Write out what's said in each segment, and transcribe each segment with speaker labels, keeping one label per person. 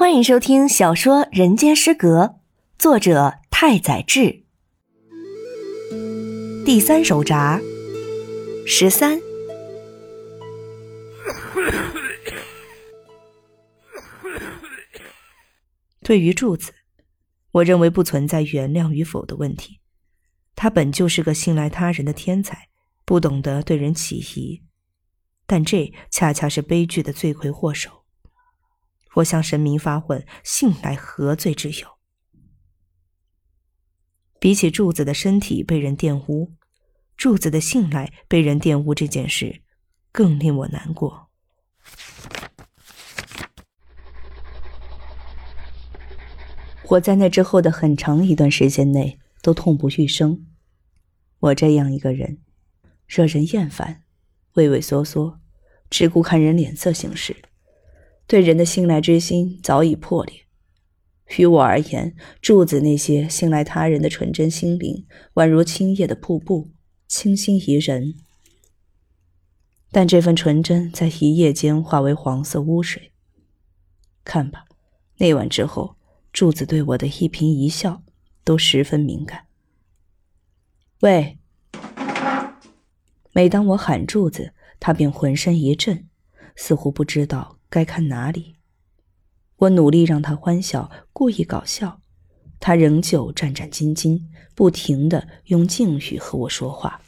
Speaker 1: 欢迎收听小说《人间失格》，作者太宰治。第3手札13。对于柱子，我认为不存在原谅与否的问题。他本就是个信赖他人的天才，不懂得对人起疑，但这恰恰是悲剧的罪魁祸首。我向神明发问，信赖何罪之有？比起柱子的身体被人玷污，柱子的信赖被人玷污这件事更令我难过。我在那之后的很长一段时间内都痛不欲生。我这样一个人，惹人厌烦，畏畏缩缩，只顾看人脸色行事，对人的信赖之心早已破裂。于我而言，柱子那些信赖他人的纯真心灵，宛如清冽的瀑布，清新宜人。但这份纯真在一夜间化为黄色污水。看吧，那晚之后，柱子对我的一颦一笑都十分敏感。喂！每当我喊柱子，他便浑身一震，似乎不知道该看哪里。我努力让他欢笑，故意搞笑，他仍旧战战兢兢，不停地用敬语和我说话。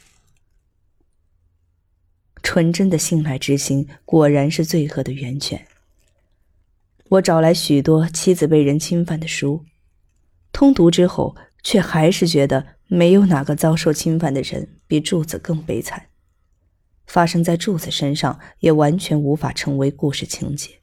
Speaker 1: 纯真的信赖之心果然是罪恶的源泉。我找来许多妻子被人侵犯的书，通读之后，却还是觉得没有哪个遭受侵犯的人比柱子更悲惨。发生在柱子身上也完全无法成为故事情节。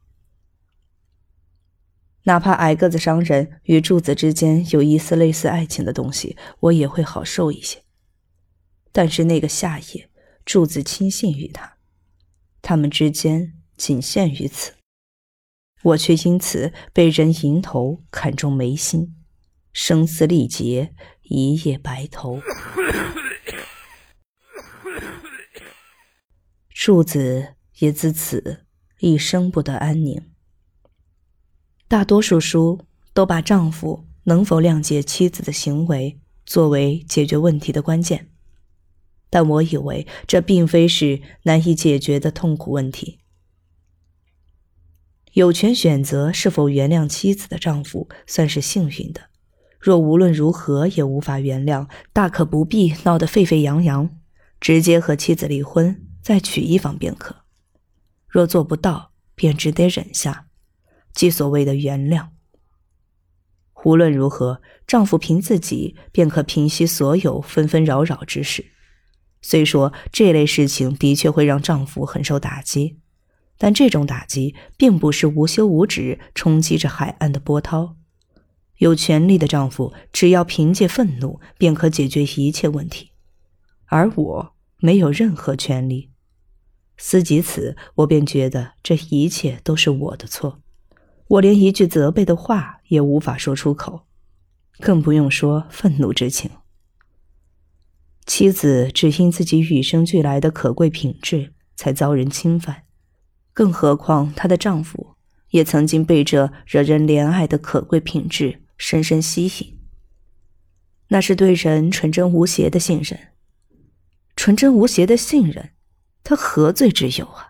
Speaker 1: 哪怕矮个子商人与柱子之间有一丝类似爱情的东西，我也会好受一些。但是那个夏夜，柱子轻信于他，他们之间仅限于此。我却因此被人迎头砍中眉心，声嘶力竭，一夜白头。柱子也自此一生不得安宁。大多数书都把丈夫能否谅解妻子的行为作为解决问题的关键，但我以为这并非是难以解决的痛苦问题。有权选择是否原谅妻子的丈夫算是幸运的，若无论如何也无法原谅，大可不必闹得沸沸扬扬，直接和妻子离婚，再娶一房便可。若做不到，便只得忍下，即所谓的原谅。无论如何，丈夫凭自己便可平息所有纷纷扰扰之事。虽说这类事情的确会让丈夫很受打击，但这种打击并不是无休无止冲击着海岸的波涛。有权利的丈夫只要凭借愤怒便可解决一切问题，而我没有任何权利。思及此，我便觉得这一切都是我的错，我连一句责备的话也无法说出口，更不用说愤怒之情。妻子只因自己与生俱来的可贵品质才遭人侵犯，更何况她的丈夫也曾经被这惹人怜爱的可贵品质深深吸引。那是对人纯真无邪的信任，纯真无邪的信任，他何罪之有啊？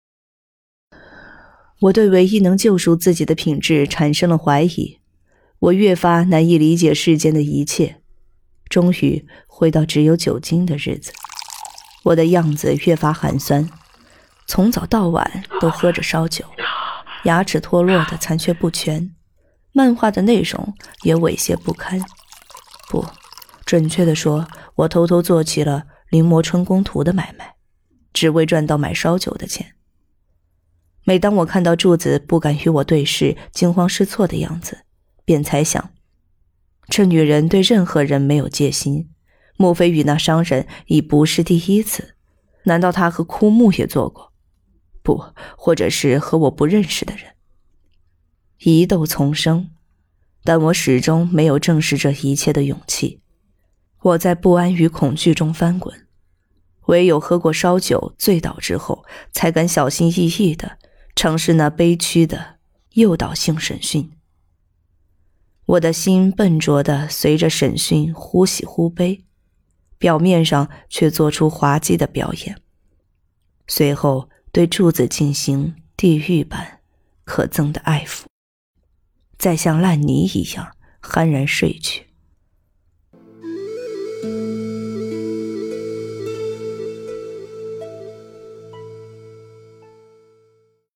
Speaker 1: 我对唯一能救赎自己的品质产生了怀疑，我越发难以理解世间的一切，终于回到只有酒精的日子。我的样子越发寒酸，从早到晚都喝着烧酒，牙齿脱落的残缺不全，漫画的内容也猥亵不堪。不，准确地说，我偷偷做起了临摹春宫图的买卖，只为赚到买烧酒的钱。每当我看到柱子不敢与我对视，惊慌失措的样子，便猜想，这女人对任何人没有戒心，莫非与那商人已不是第一次？难道她和枯木也做过？不，或者是和我不认识的人。疑窦丛生，但我始终没有正视这一切的勇气。我在不安与恐惧中翻滚，唯有喝过烧酒醉倒之后，才敢小心翼翼地尝试那悲屈的诱导性审讯。我的心笨拙地随着审讯忽喜忽悲，表面上却做出滑稽的表演，随后对柱子进行地狱般可憎的爱抚，再像烂泥一样酣然睡去。